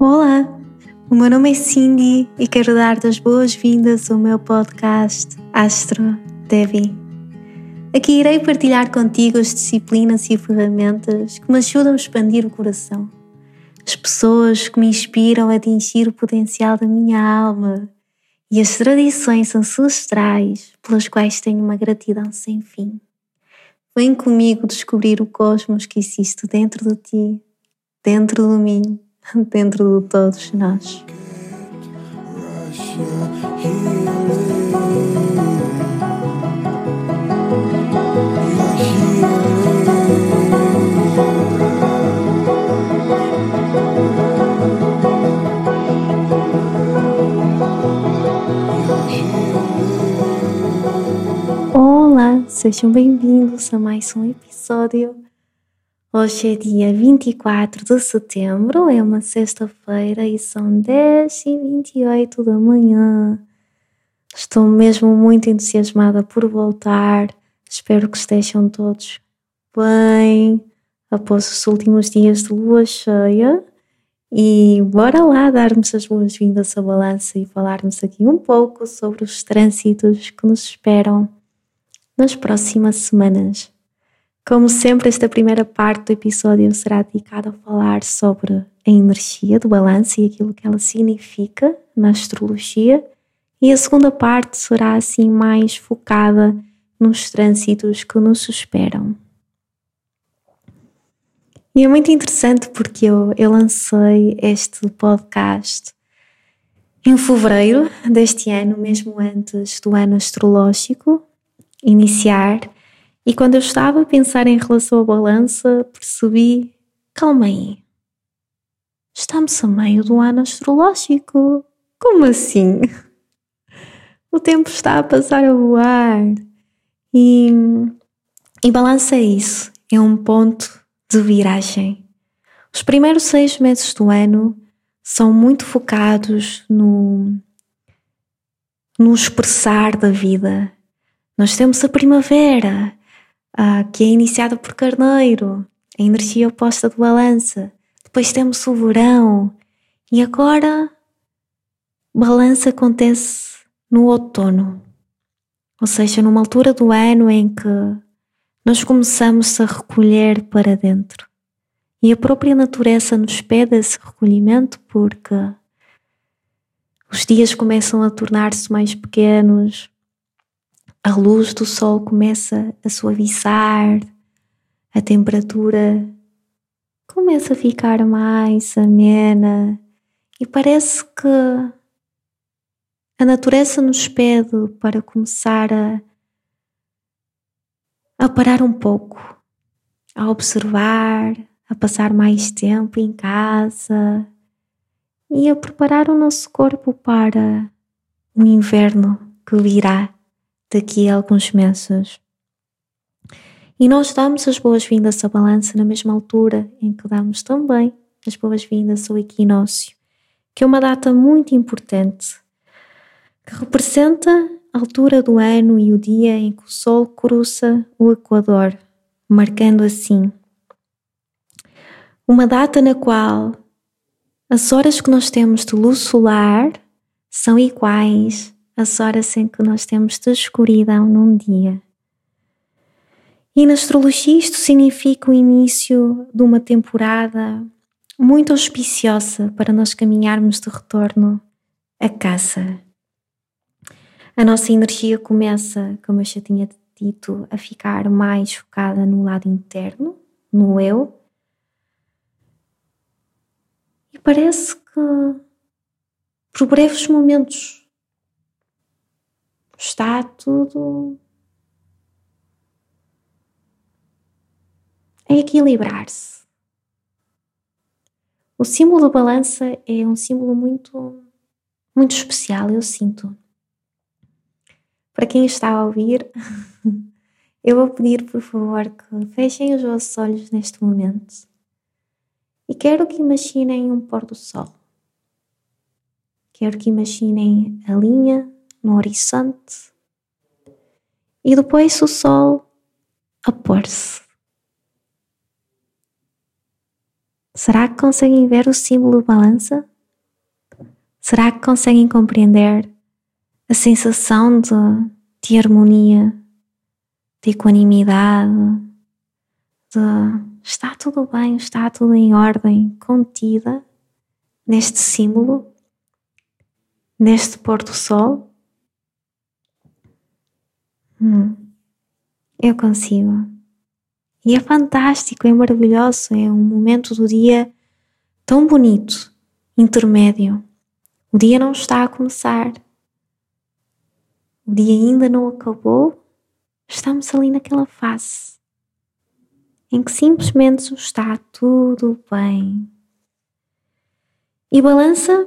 Olá, o meu nome é Cindy e quero dar-te as boas-vindas ao meu podcast Astro Devi. Aqui irei partilhar contigo as disciplinas e ferramentas que me ajudam a expandir o coração, as pessoas que me inspiram a atingir o potencial da minha alma e as tradições ancestrais pelas quais tenho uma gratidão sem fim. Vem comigo descobrir o cosmos que existe dentro de ti, dentro de mim, dentro de todos nós. Olá, sejam bem-vindos a mais um episódio. Hoje é dia 24 de setembro, é uma sexta-feira e são 10h28 da manhã. Estou mesmo muito entusiasmada por voltar. Espero que estejam todos bem após os últimos dias de lua cheia. E bora lá darmos as boas-vindas à balança e falarmos aqui um pouco sobre os trânsitos que nos esperam nas próximas semanas. Como sempre, esta primeira parte do episódio será dedicada a falar sobre a energia do balanço e aquilo que ela significa na astrologia, e a segunda parte será assim mais focada nos trânsitos que nos esperam. E é muito interessante porque eu lancei este podcast em fevereiro deste ano, mesmo antes do ano astrológico iniciar. E quando eu estava a pensar em relação à balança, percebi, calma aí, estamos a meio do ano astrológico. Como assim? O tempo está a passar a voar. E balança é isso, é um ponto de viragem. Os primeiros 6 meses do ano são muito focados no expressar da vida. Nós temos a primavera, que é iniciada por Carneiro, a energia oposta do balança. Depois temos o verão e agora balança acontece no outono, ou seja, numa altura do ano em que nós começamos a recolher para dentro. E a própria natureza nos pede esse recolhimento porque os dias começam a tornar-se mais pequenos, a luz do sol começa a suavizar, a temperatura começa a ficar mais amena e parece que a natureza nos pede para começar a parar um pouco, a observar, a passar mais tempo em casa e a preparar o nosso corpo para o inverno que virá daqui a alguns meses. E nós damos as boas-vindas à balança na mesma altura em que damos também as boas-vindas ao equinócio, que é uma data muito importante, que representa a altura do ano e o dia em que o Sol cruza o Equador, marcando assim uma data na qual as horas que nós temos de luz solar são iguais às horas em que nós temos de escuridão num dia. E na astrologia isto significa o início de uma temporada muito auspiciosa para nós caminharmos de retorno a casa. A nossa energia começa, como eu já tinha dito, a ficar mais focada no lado interno, no eu. E parece que por breves momentos está tudo a equilibrar-se. O símbolo da balança é um símbolo muito, muito especial, eu sinto. Para quem está a ouvir, eu vou pedir, por favor, que fechem os vossos olhos neste momento e quero que imaginem um pôr do sol. Quero que imaginem a linha no horizonte e depois o sol a pôr-se. Será que conseguem ver o símbolo de balança? Será que conseguem compreender a sensação de harmonia, de equanimidade, de está tudo bem, está tudo em ordem, contida neste símbolo, neste pôr do sol? Eu consigo. E é fantástico, é maravilhoso, é um momento do dia tão bonito, intermédio. O dia não está a começar. O dia ainda não acabou. Estamos ali naquela fase em que simplesmente está tudo bem. E balança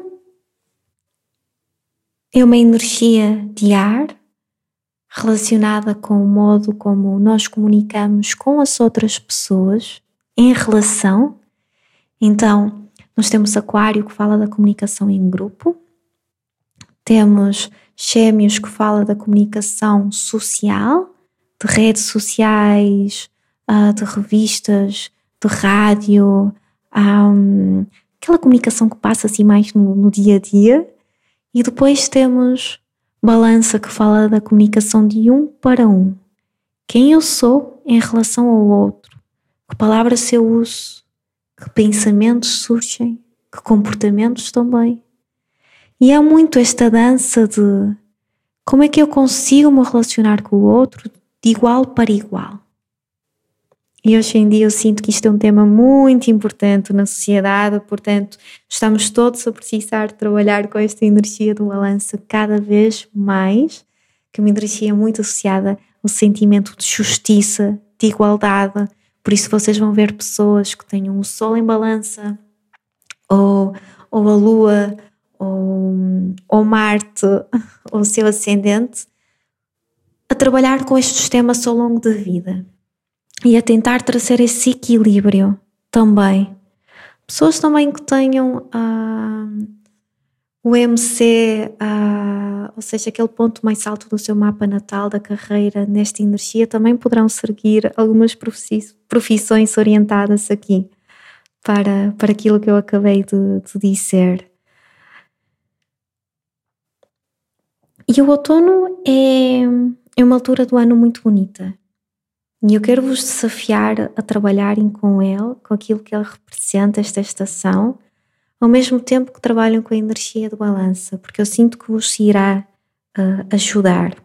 é uma energia de ar relacionada com o modo como nós comunicamos com as outras pessoas em relação. Então, nós temos Aquário que fala da comunicação em grupo, temos Gêmeos que fala da comunicação social, de redes sociais, de revistas, de rádio, aquela comunicação que passa assim mais no dia a dia. E depois temos Balança que fala da comunicação de um para um. Quem eu sou em relação ao outro, que palavras eu uso, que pensamentos surgem, que comportamentos também. E há muito esta dança de como é que eu consigo me relacionar com o outro de igual para igual. E hoje em dia eu sinto que isto é um tema muito importante na sociedade, portanto estamos todos a precisar trabalhar com esta energia do balança cada vez mais, que é uma energia muito associada ao sentimento de justiça, de igualdade. Por isso vocês vão ver pessoas que tenham o sol em balança, ou a lua, ou Marte, ou o seu ascendente, a trabalhar com estes temas ao longo da vida. E a tentar trazer esse equilíbrio também. Pessoas também que tenham o MC, ou seja, aquele ponto mais alto do seu mapa natal da carreira, nesta energia, também poderão seguir algumas profissões orientadas aqui para aquilo que eu acabei de dizer. E o outono é uma altura do ano muito bonita. E eu quero vos desafiar a trabalharem com ele, com aquilo que ele representa, esta estação, ao mesmo tempo que trabalham com a energia do balança, porque eu sinto que vos irá ajudar.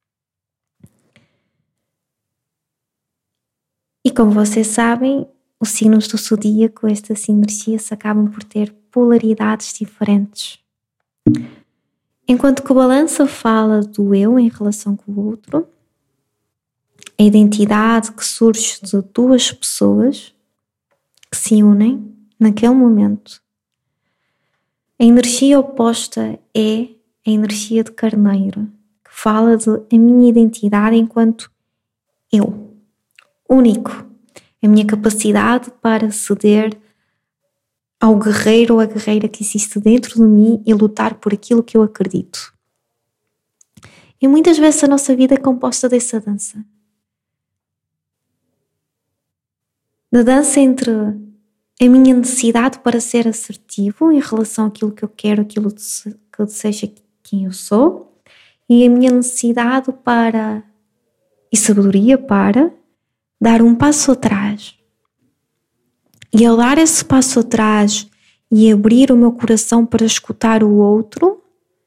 E como vocês sabem, os signos do zodíaco, estas energias acabam por ter polaridades diferentes. Enquanto que o balança fala do eu em relação com o outro, a identidade que surge de duas pessoas que se unem naquele momento. A energia oposta é a energia de Carneiro, que fala de a minha identidade enquanto eu, único, a minha capacidade para ceder ao guerreiro ou à guerreira que existe dentro de mim e lutar por aquilo que eu acredito. E muitas vezes a nossa vida é composta dessa dança. Da dança entre a minha necessidade para ser assertivo em relação àquilo que eu quero, aquilo que eu desejo, quem eu sou, e a minha necessidade e sabedoria para dar um passo atrás. E ao dar esse passo atrás e abrir o meu coração para escutar o outro,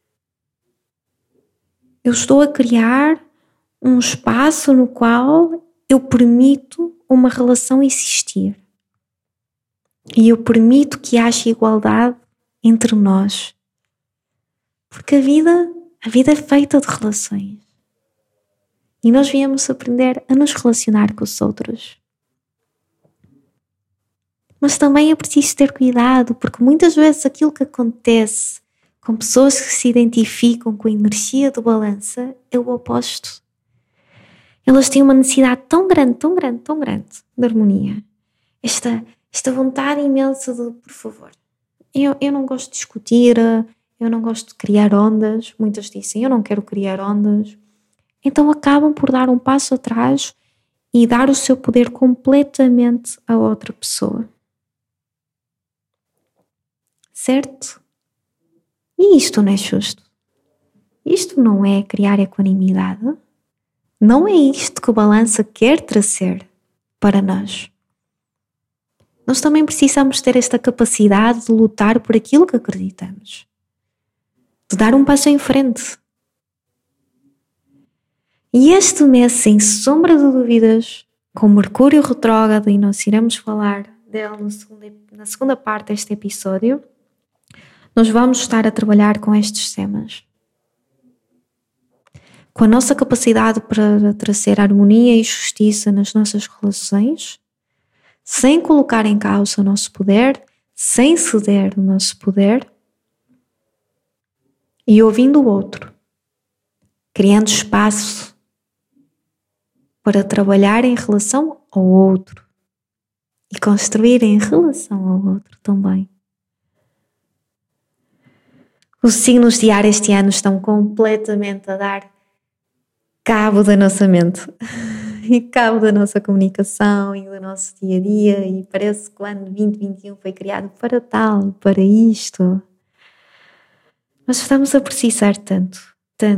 eu estou a criar um espaço no qual eu permito uma relação existir. E eu permito que haja igualdade entre nós. Porque a vida é feita de relações. E nós viemos aprender a nos relacionar com os outros. Mas também é preciso ter cuidado, porque muitas vezes aquilo que acontece com pessoas que se identificam com a energia do balança é o oposto. Elas têm uma necessidade tão grande de harmonia. Esta vontade imensa de, por favor, eu não gosto de discutir, eu não gosto de criar ondas. Muitas dizem, eu não quero criar ondas. Então acabam por dar um passo atrás e dar o seu poder completamente a outra pessoa. Certo? E isto não é justo. Isto não é criar equanimidade. Não é isto que o balança quer trazer para nós. Nós também precisamos ter esta capacidade de lutar por aquilo que acreditamos. De dar um passo em frente. E este mês, sem sombra de dúvidas, com Mercúrio retrógrado, e nós iremos falar dele na segunda parte deste episódio, nós vamos estar a trabalhar com estes temas. Com a nossa capacidade para trazer harmonia e justiça nas nossas relações, sem colocar em causa o nosso poder, sem ceder o nosso poder, e ouvindo o outro, criando espaço para trabalhar em relação ao outro e construir em relação ao outro também. Os signos de ar este ano estão completamente a dar cabo da nossa mente e cabo da nossa comunicação e do nosso dia a dia, e parece que o ano 2021 foi criado para tal, para isto. Nós estamos a precisar tanto.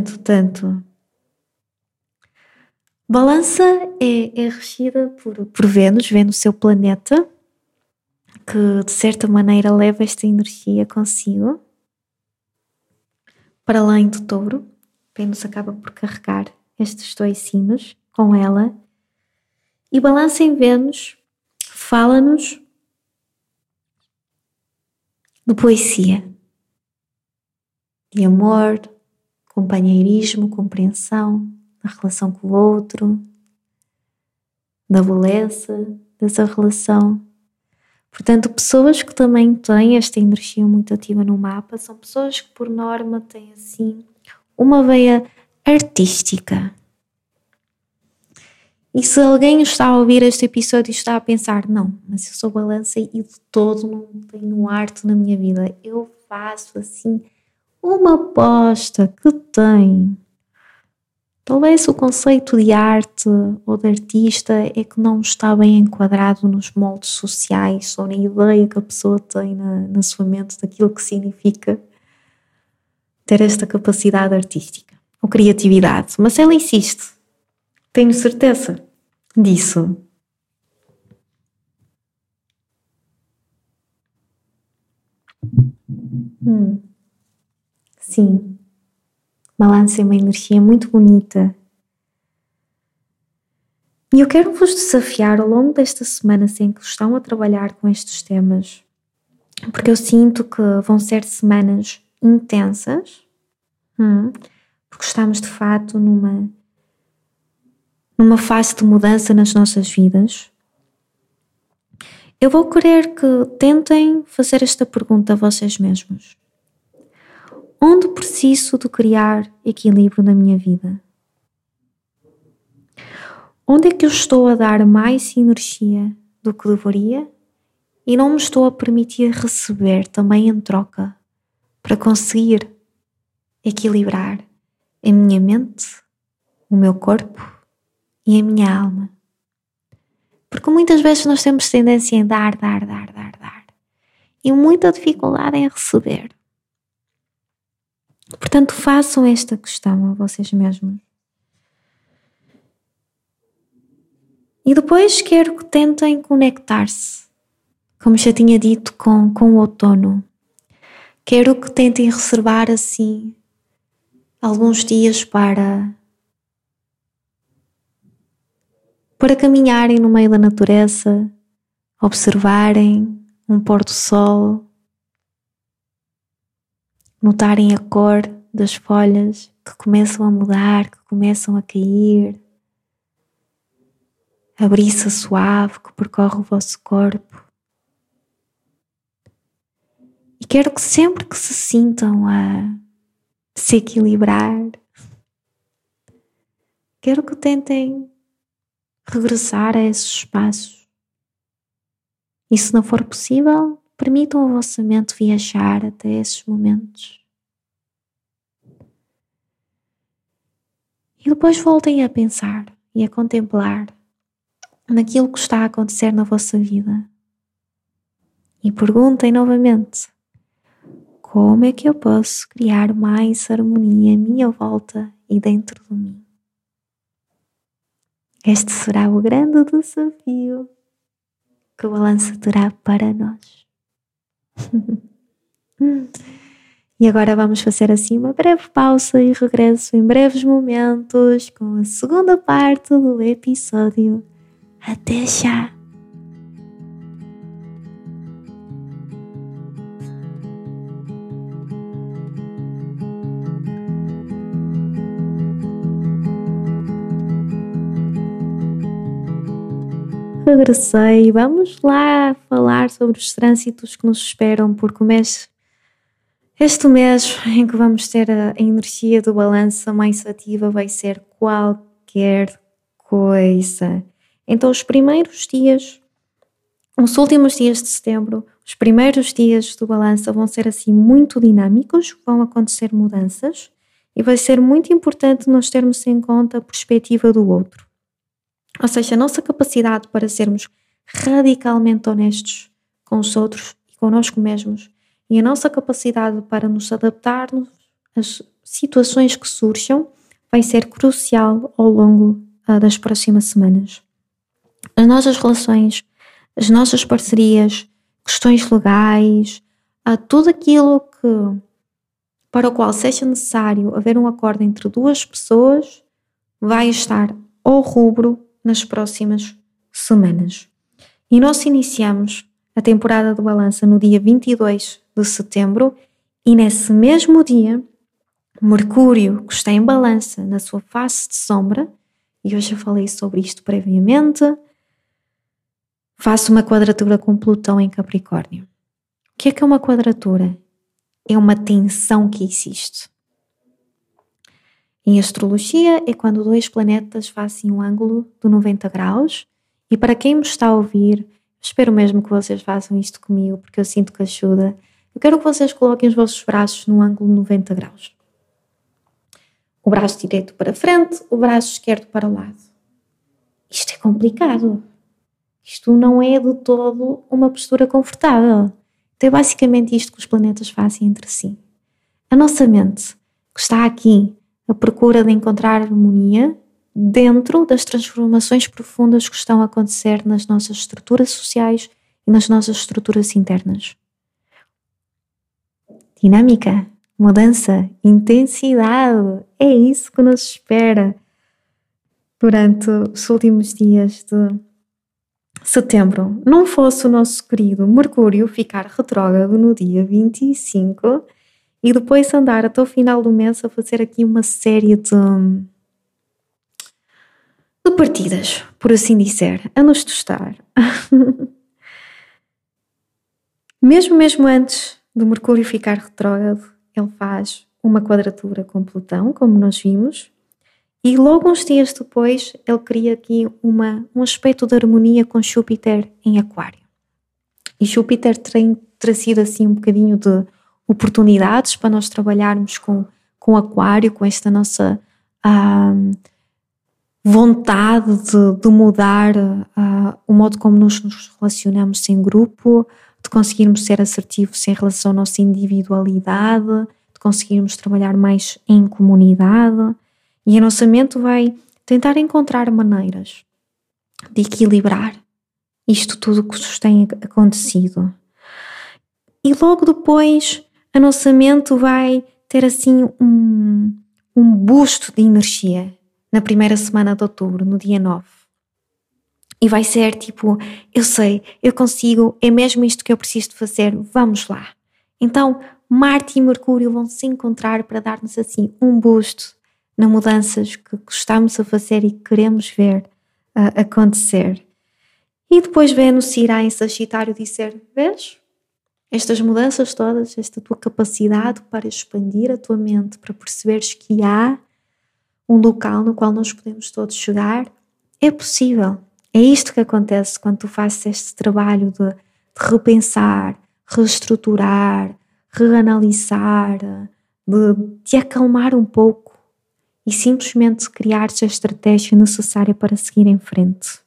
Balança é regida por Vênus, Vênus, seu planeta, que de certa maneira leva esta energia consigo. Para além do Touro, Vênus acaba por carregar estes dois signos com ela. E Balança em Vênus fala-nos de poesia, de amor, companheirismo, compreensão, da relação com o outro, da beleza dessa relação. Portanto, pessoas que também têm esta energia muito ativa no mapa são pessoas que, por norma, têm assim uma veia artística. E se alguém está a ouvir este episódio e está a pensar, não, mas eu sou Balança e de todo não tenho arte na minha vida, eu faço assim uma aposta que tem. Talvez o conceito de arte ou de artista é que não está bem enquadrado nos moldes sociais ou na ideia que a pessoa tem na sua mente daquilo que significa ter esta capacidade artística ou criatividade. Mas ela existe. Tenho certeza disso. Sim. Balança é uma energia muito bonita. E eu quero vos desafiar ao longo desta semana em que estão a trabalhar com estes temas, porque eu sinto que vão ser semanas intensas, porque estamos de fato numa fase de mudança nas nossas vidas. Eu vou querer que tentem fazer esta pergunta a vocês mesmos. Onde preciso de criar equilíbrio na minha vida? Onde é que eu estou a dar mais energia do que deveria e não me estou a permitir receber também em troca para conseguir equilibrar a minha mente, o meu corpo e a minha alma? Porque muitas vezes nós temos tendência em dar e muita dificuldade em receber. Portanto, façam esta questão a vocês mesmos. E depois quero que tentem conectar-se, como já tinha dito, com o outono. Quero que tentem reservar assim alguns dias para caminharem no meio da natureza, observarem um pôr do sol, notarem a cor das folhas que começam a mudar, que começam a cair, a brisa suave que percorre o vosso corpo. E quero que sempre que se sintam a se equilibrar, quero que tentem regressar a esses espaços. E se não for possível, permitam a vossa mente viajar até esses momentos. E depois voltem a pensar e a contemplar naquilo que está a acontecer na vossa vida. E perguntem novamente: como é que eu posso criar mais harmonia à minha volta e dentro de mim? Este será o grande desafio que a balança terá para nós. E agora vamos fazer assim uma breve pausa e regresso em breves momentos com a segunda parte do episódio. Até já! Regressei, vamos lá falar sobre os trânsitos que nos esperam, porque este mês em que vamos ter a energia do balança mais ativa vai ser qualquer coisa. Então os últimos dias de setembro, os primeiros dias do balança vão ser assim muito dinâmicos, vão acontecer mudanças e vai ser muito importante nós termos em conta a perspectiva do outro. Ou seja, a nossa capacidade para sermos radicalmente honestos com os outros e connosco mesmos e a nossa capacidade para nos adaptarmos às situações que surjam vai ser crucial ao longo das próximas semanas. As nossas relações, as nossas parcerias, questões legais, tudo aquilo para o qual seja necessário haver um acordo entre duas pessoas vai estar ao rubro nas próximas semanas. E nós iniciamos a temporada de balança no dia 22 de setembro e nesse mesmo dia, Mercúrio, que está em balança na sua fase de sombra, e hoje eu falei sobre isto previamente, faz uma quadratura com Plutão em Capricórnio. O que é uma quadratura? É uma tensão que existe. Em astrologia é quando dois planetas fazem um ângulo de 90 graus e para quem me está a ouvir, espero mesmo que vocês façam isto comigo porque eu sinto que ajuda. Eu quero que vocês coloquem os vossos braços no ângulo de 90 graus. O braço direito para frente, o braço esquerdo para o lado. Isto é complicado. Isto não é de todo uma postura confortável. Então é basicamente isto que os planetas fazem entre si. A nossa mente, que está aqui à procura de encontrar harmonia dentro das transformações profundas que estão a acontecer nas nossas estruturas sociais e nas nossas estruturas internas. Dinâmica, mudança, intensidade, é isso que nos espera durante os últimos dias de setembro. Não fosse o nosso querido Mercúrio ficar retrógrado no dia 25 e depois andar até o final do mês a fazer aqui uma série de partidas, por assim dizer, a nos testar. mesmo antes de Mercúrio ficar retrógrado, ele faz uma quadratura com Plutão, como nós vimos, e logo uns dias depois ele cria aqui um aspecto de harmonia com Júpiter em Aquário. E Júpiter tem trazido assim um bocadinho de oportunidades para nós trabalharmos com Aquário, com esta nossa vontade de mudar o modo como nos relacionamos em grupo, de conseguirmos ser assertivos em relação à nossa individualidade, de conseguirmos trabalhar mais em comunidade. E a nossa mente vai tentar encontrar maneiras de equilibrar isto tudo que nos tem acontecido. E logo depois a nossa mente vai ter assim um boost de energia na primeira semana de outubro, no dia 9. E vai ser tipo, eu sei, eu consigo, é mesmo isto que eu preciso de fazer, vamos lá. Então Marte e Mercúrio vão se encontrar para dar-nos assim um boost nas mudanças que estamos a fazer e que queremos ver acontecer. E depois Vênus irá em Sagitário dizer, vês? Estas mudanças todas, esta tua capacidade para expandir a tua mente, para perceberes que há um local no qual nós podemos todos chegar, é possível. É isto que acontece quando tu fazes este trabalho de repensar, reestruturar, reanalisar, de te acalmar um pouco e simplesmente criares a estratégia necessária para seguir em frente.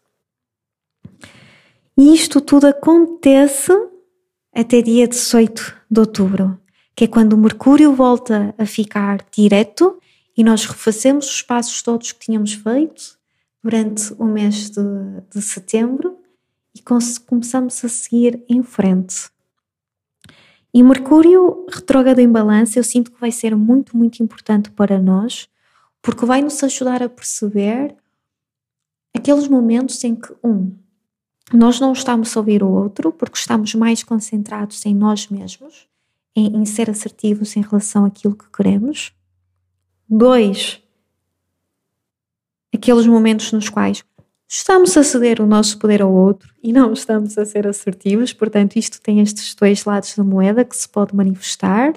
E isto tudo acontece até dia 18 de outubro, que é quando o Mercúrio volta a ficar direto e nós refazemos os passos todos que tínhamos feito durante o mês de setembro e começamos a seguir em frente. E Mercúrio retrógrado em Balança, eu sinto que vai ser muito, muito importante para nós, porque vai nos ajudar a perceber aqueles momentos em que, nós não estamos a ouvir o outro, porque estamos mais concentrados em nós mesmos, em ser assertivos em relação àquilo que queremos. 2, aqueles momentos nos quais estamos a ceder o nosso poder ao outro e não estamos a ser assertivos, portanto isto tem estes 2 lados da moeda que se pode manifestar.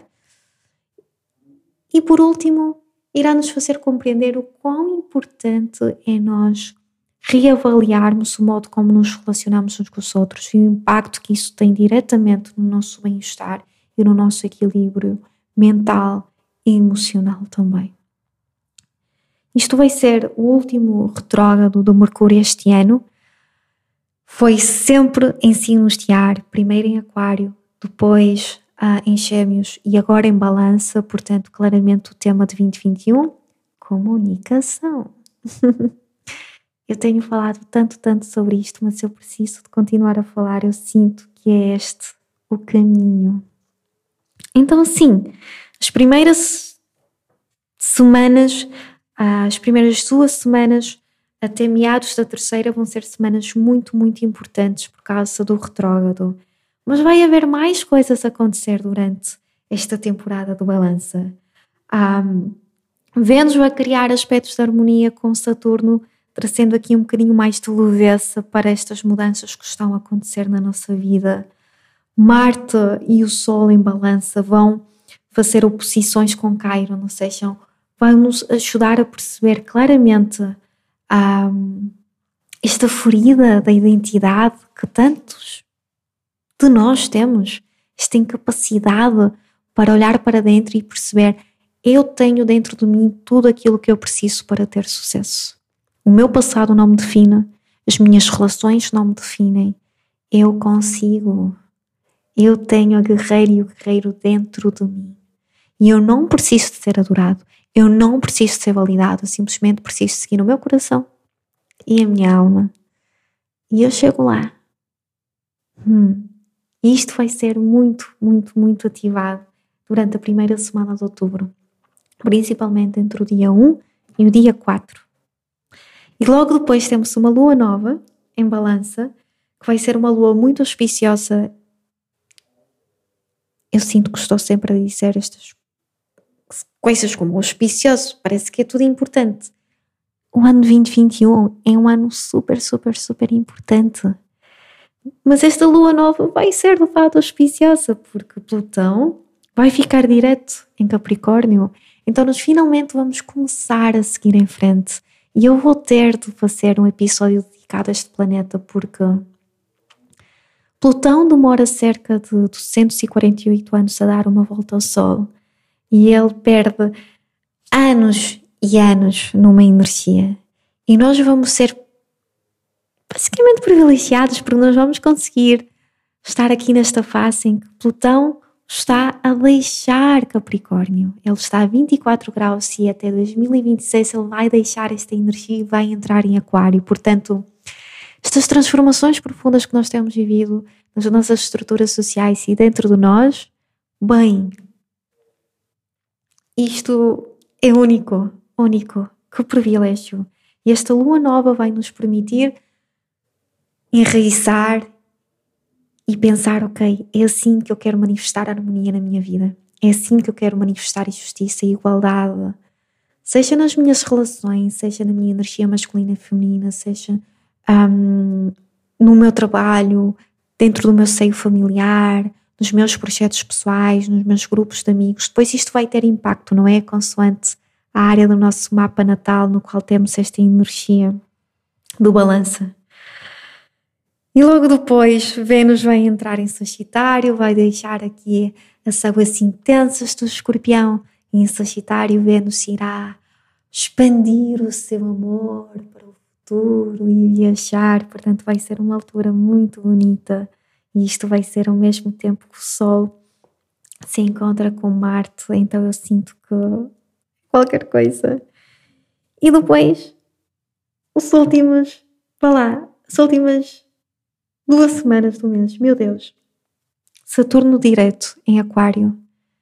E por último, irá nos fazer compreender o quão importante é nós reavaliarmos o modo como nos relacionamos uns com os outros e o impacto que isso tem diretamente no nosso bem-estar e no nosso equilíbrio mental e emocional também. Isto vai ser o último retrógrado do Mercúrio este ano. Foi sempre em signos de ar, primeiro em Aquário, depois em Gêmeos e agora em Balança, portanto claramente o tema de 2021, comunicação. Eu tenho falado tanto sobre isto, mas eu preciso de continuar a falar, eu sinto que é este o caminho. Então sim, as primeiras semanas, as primeiras 2 semanas até meados da terceira vão ser semanas muito, muito importantes por causa do retrógrado. Mas vai haver mais coisas a acontecer durante esta temporada do Balança. Vênus vai criar aspectos de harmonia com Saturno, trazendo aqui um bocadinho mais de leveza para estas mudanças que estão a acontecer na nossa vida. Marte e o Sol em Balança vão fazer oposições com Quiron, ou seja, vai nos ajudar a perceber claramente esta ferida da identidade que tantos de nós temos, esta incapacidade para olhar para dentro e perceber: eu tenho dentro de mim tudo aquilo que eu preciso para ter sucesso. O meu passado não me define, as minhas relações não me definem. Eu consigo. Eu tenho a guerreira e o guerreiro dentro de mim. E eu não preciso de ser adorado. Eu não preciso de ser validado. Eu simplesmente preciso seguir o meu coração e a minha alma. E eu chego lá. E isto vai ser muito, muito, muito ativado durante a primeira semana de outubro. Principalmente entre o dia 1 e o dia 4. E logo depois temos uma lua nova em Balança, que vai ser uma lua muito auspiciosa. Eu sinto que estou sempre a dizer estas coisas como auspicioso, parece que é tudo importante. O ano 2021 é um ano super, super, super importante. Mas esta lua nova vai ser de fato auspiciosa, porque Plutão vai ficar direto em Capricórnio. Então nós finalmente vamos começar a seguir em frente. E eu vou ter de fazer um episódio dedicado a este planeta, porque Plutão demora cerca de 248 anos a dar uma volta ao Sol. E ele perde anos e anos numa energia. E nós vamos ser basicamente privilegiados, porque nós vamos conseguir estar aqui nesta fase em que Plutão está a deixar Capricórnio. Ele está a 24 graus e até 2026 ele vai deixar esta energia e vai entrar em Aquário. Portanto, estas transformações profundas que nós temos vivido nas nossas estruturas sociais e dentro de nós, bem, isto é único. Que privilégio. E esta lua nova vai nos permitir enraizar e pensar: ok, é assim que eu quero manifestar harmonia na minha vida. É assim que eu quero manifestar justiça e igualdade. Seja nas minhas relações, seja na minha energia masculina e feminina, seja no meu trabalho, dentro do meu seio familiar, nos meus projetos pessoais, nos meus grupos de amigos. Depois isto vai ter impacto, não é? Consoante a área do nosso mapa natal no qual temos esta energia do Balança. E logo depois Vênus vai entrar em Sagitário, vai deixar aqui as águas intensas do Escorpião, e em Sagitário Vênus irá expandir o seu amor para o futuro e viajar. Portanto vai ser uma altura muito bonita, e isto vai ser ao mesmo tempo que o Sol se encontra com Marte, então eu sinto que qualquer coisa. E depois, as últimas 2 semanas do mês, meu Deus, Saturno direto em Aquário,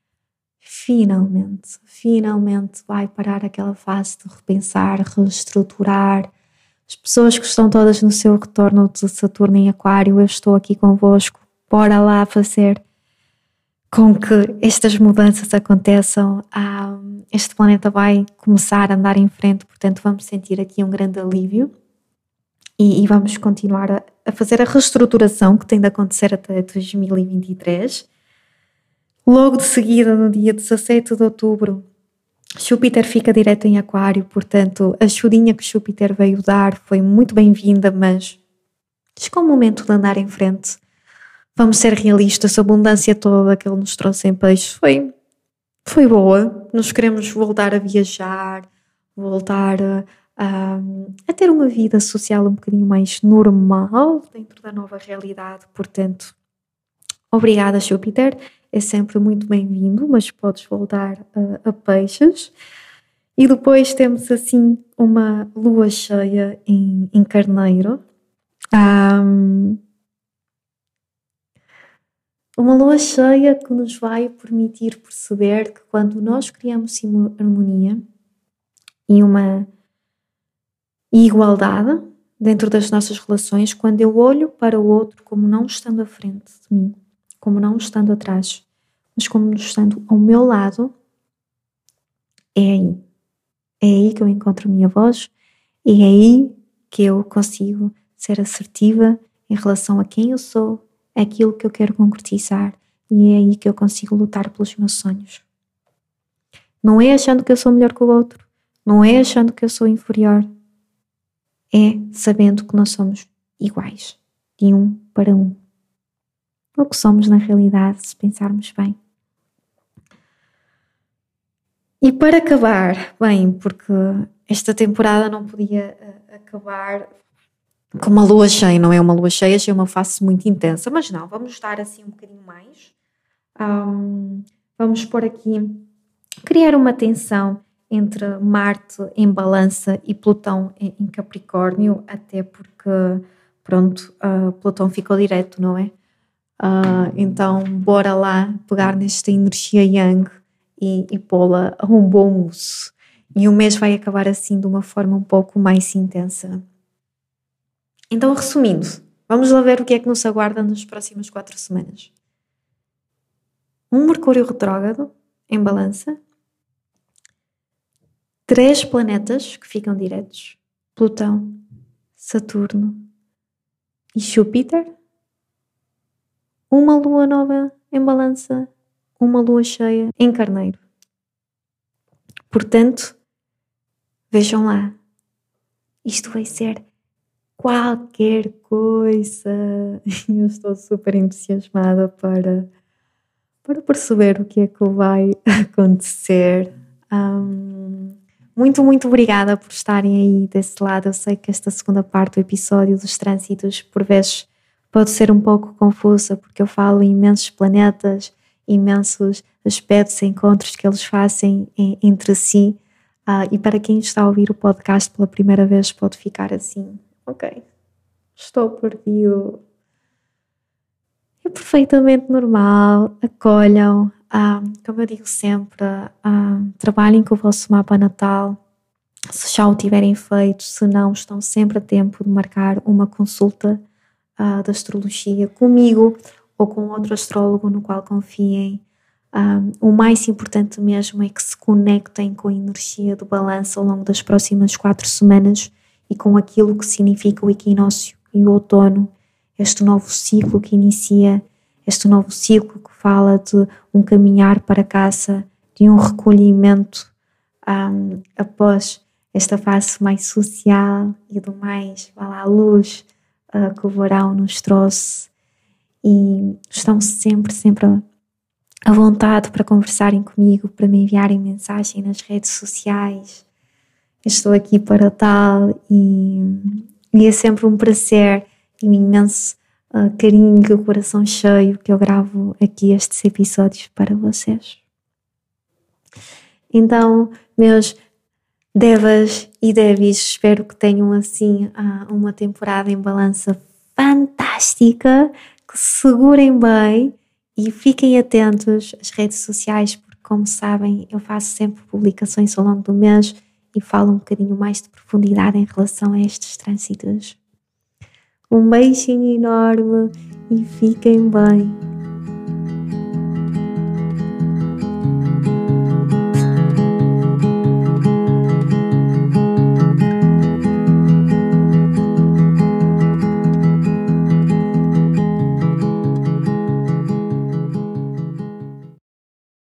finalmente vai parar aquela fase de repensar, reestruturar. As pessoas que estão todas no seu retorno de Saturno em Aquário, eu estou aqui convosco, bora lá fazer com que estas mudanças aconteçam. Este planeta vai começar a andar em frente, portanto vamos sentir aqui um grande alívio e vamos continuar a fazer a reestruturação que tem de acontecer até 2023. Logo de seguida, no dia 17 de outubro, Júpiter fica direto em Aquário, portanto a ajudinha que Júpiter veio dar foi muito bem-vinda, mas chegou o momento de andar em frente. Vamos ser realistas, a abundância toda que ele nos trouxe em peixes foi boa. Nós queremos voltar a viajar, voltar a ter uma vida social um bocadinho mais normal dentro da nova realidade. Portanto, obrigada, Júpiter. É sempre muito bem-vindo, mas podes voltar a peixes. E depois temos assim uma lua cheia em Carneiro. Uma lua cheia que nos vai permitir perceber que quando nós criamos harmonia e uma igualdade dentro das nossas relações, quando eu olho para o outro como não estando à frente de mim, como não estando atrás, mas como estando ao meu lado, é aí que eu encontro a minha voz, é aí que eu consigo ser assertiva em relação a quem eu sou, aquilo que eu quero concretizar, e é aí que eu consigo lutar pelos meus sonhos. Não é achando que eu sou melhor que o outro, não é achando que eu sou inferior, é sabendo que nós somos iguais, de um para um. O que somos na realidade, se pensarmos bem. E para acabar, bem, porque esta temporada não podia acabar com uma lua cheia, não é uma lua cheia, é uma face muito intensa, mas não, vamos estar assim um bocadinho mais. Vamos pôr aqui, criar uma tensão entre Marte em Balança e Plutão em Capricórnio, até porque, pronto, Plutão ficou direto, não é? Então, bora lá pegar nesta energia Yang e pô-la a um bom uso. E o mês vai acabar assim de uma forma um pouco mais intensa. Então, resumindo, vamos lá ver o que é que nos aguarda nas próximas 4 semanas. Um Mercúrio retrógrado em Balança, 3 planetas que ficam diretos, Plutão, Saturno e Júpiter, uma lua nova em Balança, uma lua cheia em Carneiro. Portanto, vejam lá, isto vai ser qualquer coisa. Eu estou super entusiasmada para perceber o que é que vai acontecer. Muito, muito obrigada por estarem aí desse lado. Eu sei que esta segunda parte do episódio dos trânsitos, por vezes, pode ser um pouco confusa, porque eu falo em imensos planetas, imensos aspectos, encontros que eles fazem entre si. E para quem está a ouvir o podcast pela primeira vez, pode ficar assim: ok, estou perdido. É perfeitamente normal, acolham, como eu digo sempre, trabalhem com o vosso mapa natal, se já o tiverem feito, se não, estão sempre a tempo de marcar uma consulta de astrologia comigo ou com outro astrólogo no qual confiem. O mais importante mesmo é que se conectem com a energia do balanço ao longo das próximas 4 semanas e com aquilo que significa o equinócio e o outono, este novo ciclo que inicia, este novo ciclo que fala de um caminhar para casa, de um recolhimento após esta fase mais social e do mais, à luz que o verão nos trouxe. E estão sempre à vontade para conversarem comigo, para me enviarem mensagem nas redes sociais. Eu estou aqui para tal e é sempre um prazer e um imenso carinho e o coração cheio que eu gravo aqui estes episódios para vocês. Então, meus devas e devis, espero que tenham assim uma temporada em balança fantástica, que se segurem bem e fiquem atentos às redes sociais, porque como sabem eu faço sempre publicações ao longo do mês e falo um bocadinho mais de profundidade em relação a estes trânsitos. Um beijinho enorme e fiquem bem.